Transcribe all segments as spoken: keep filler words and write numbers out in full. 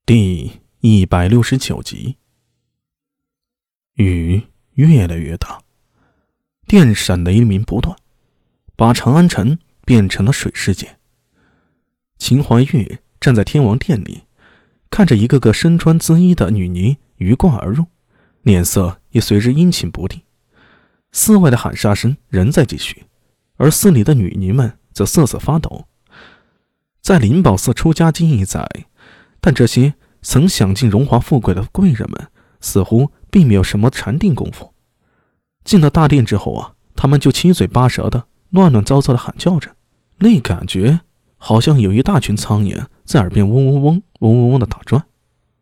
第一百六十九集。雨越来越大，电闪雷鸣不断，把长安城变成了水世界。秦怀玉站在天王殿里，看着一个个身穿紫衣的女尼鱼贯而入，脸色也随之阴晴不定。寺外的喊杀声仍在继续，而寺里的女尼们则瑟瑟发抖。在灵宝寺出家经一载，但这些曾享尽荣华富贵的贵人们似乎并没有什么禅定功夫。进了大殿之后啊，他们就七嘴八舌的乱乱糟糟的喊叫着，那感觉好像有一大群苍蝇在耳边嗡嗡嗡嗡嗡嗡的打转。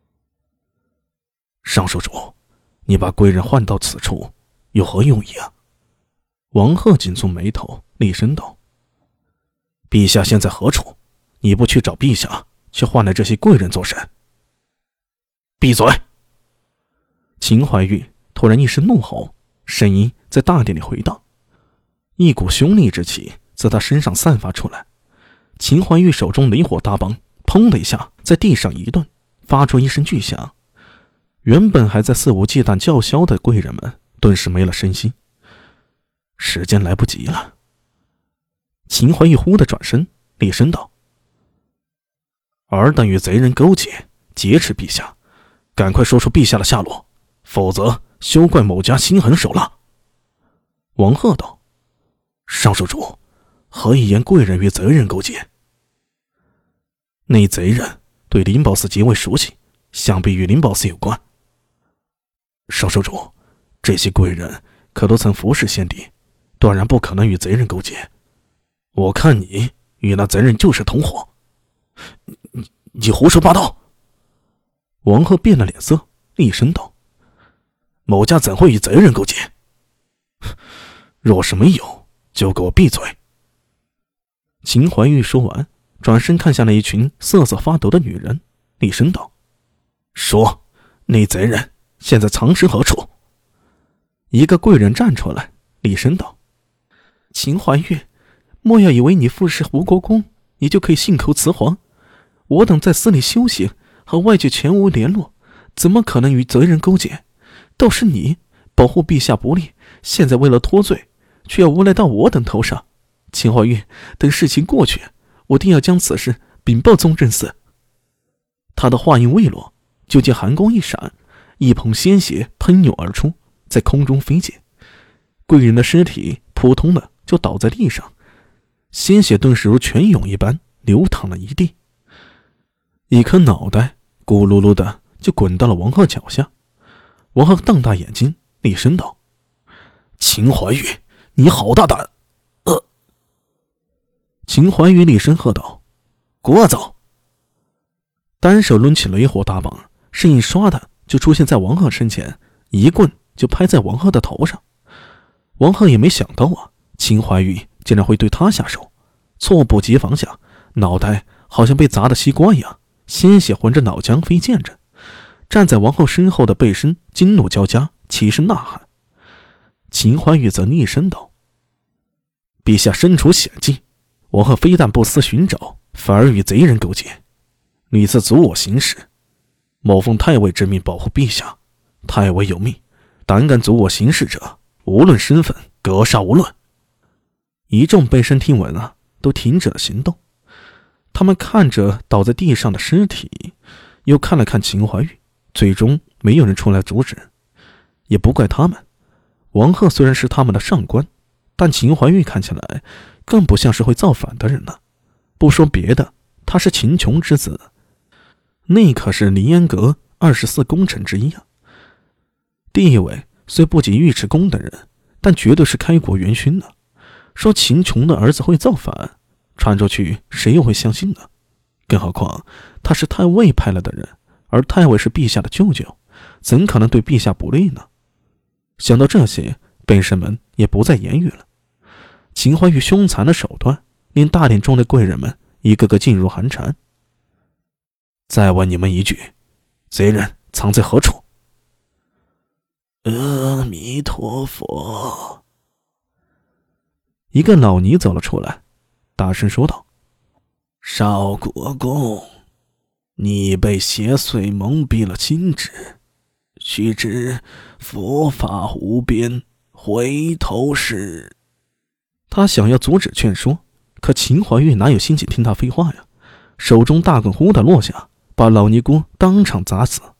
尚施主，你把贵人唤到此处有何用意啊？王鹤紧蹙眉头，厉声道：陛下现在何处？你不去找陛下，却换来这些贵人做甚？闭嘴！秦怀玉突然一声怒吼，声音在大殿里回荡，一股凶戾之气自他身上散发出来。秦怀玉手中雷火大棒砰的一下在地上一顿，发出一声巨响。原本还在肆无忌惮叫嚣的贵人们顿时没了声息。时间来不及了。秦怀玉忽地转身，厉声道：尔等与贼人勾结，劫持陛下，赶快说出陛下的下落，否则休怪某家心狠手辣。王鹤道：尚书主，何以言贵人与贼人勾结？那贼人对灵宝寺极为熟悉，想必与灵宝寺有关。尚书主，这些贵人可都曾服侍先帝，断然不可能与贼人勾结。我看你与那贼人就是同伙。你你胡说八道！王鹤变了脸色，厉声道：某家怎会与贼人勾结？若是没有，就给我闭嘴！秦怀玉说完，转身看向那一群瑟瑟发抖的女人，厉声道：说，那贼人现在藏身何处？一个贵人站出来，厉声道：秦怀玉，莫要以为你服侍吴国公，你就可以信口雌黄。我等在寺里修行，和外界全无联络，怎么可能与贼人勾结？倒是你保护陛下不利，现在为了脱罪，却要诬赖到我等头上。秦怀玉，等事情过去，我定要将此事禀报宗正寺。他的话音未落，就见寒光一闪，一捧鲜血喷涌而出，在空中飞溅。贵人的尸体扑通的就倒在地上，鲜血顿时如泉涌一般流淌了一地。一颗脑袋咕噜噜的就滚到了王鹤脚下。王鹤瞪大眼睛，厉声道：秦怀玉，你好大胆！呃秦怀玉厉声喝道：聒噪！单手抡起雷火大棒，是一刷的就出现在王鹤身前，一棍就拍在王鹤的头上。王鹤也没想到啊，秦怀玉竟然会对他下手，猝不及防下，脑袋好像被砸的西瓜一样，鲜血混着脑浆飞溅着。站在王后身后的背身惊怒交加，齐声呐喊。秦怀玉则厉声道：陛下身处险境，王后非但不思寻找，反而与贼人勾结，屡次阻我行事。某奉太尉之命保护陛下，太尉有命，胆敢阻我行事者，无论身份，格杀无论。一众背身听闻啊，都停止了行动。他们看着倒在地上的尸体，又看了看秦怀玉，最终没有人出来阻止。也不怪他们，王鹤虽然是他们的上官，但秦怀玉看起来更不像是会造反的人了。不说别的，他是秦琼之子，那可是凌烟阁二十四功臣之一啊。地位虽不及尉迟恭等人，但绝对是开国元勋呢。说秦琼的儿子会造反，传出去谁又会相信呢？更何况他是太尉派来的人，而太尉是陛下的舅舅，怎可能对陛下不利呢？想到这些，辈身们也不再言语了。秦怀玉凶残的手段令大殿中的贵人们一个个噤若寒蝉。再问你们一句，贼人藏在何处？阿弥陀佛。一个老尼走了出来，大声说道：少国公， 你被邪祟蒙蔽了心智，须知佛法无边，回头是……他想要阻止劝说，可秦怀玉哪有心情听他废话呀？手中大棍忽地落下，把老尼姑当场砸死。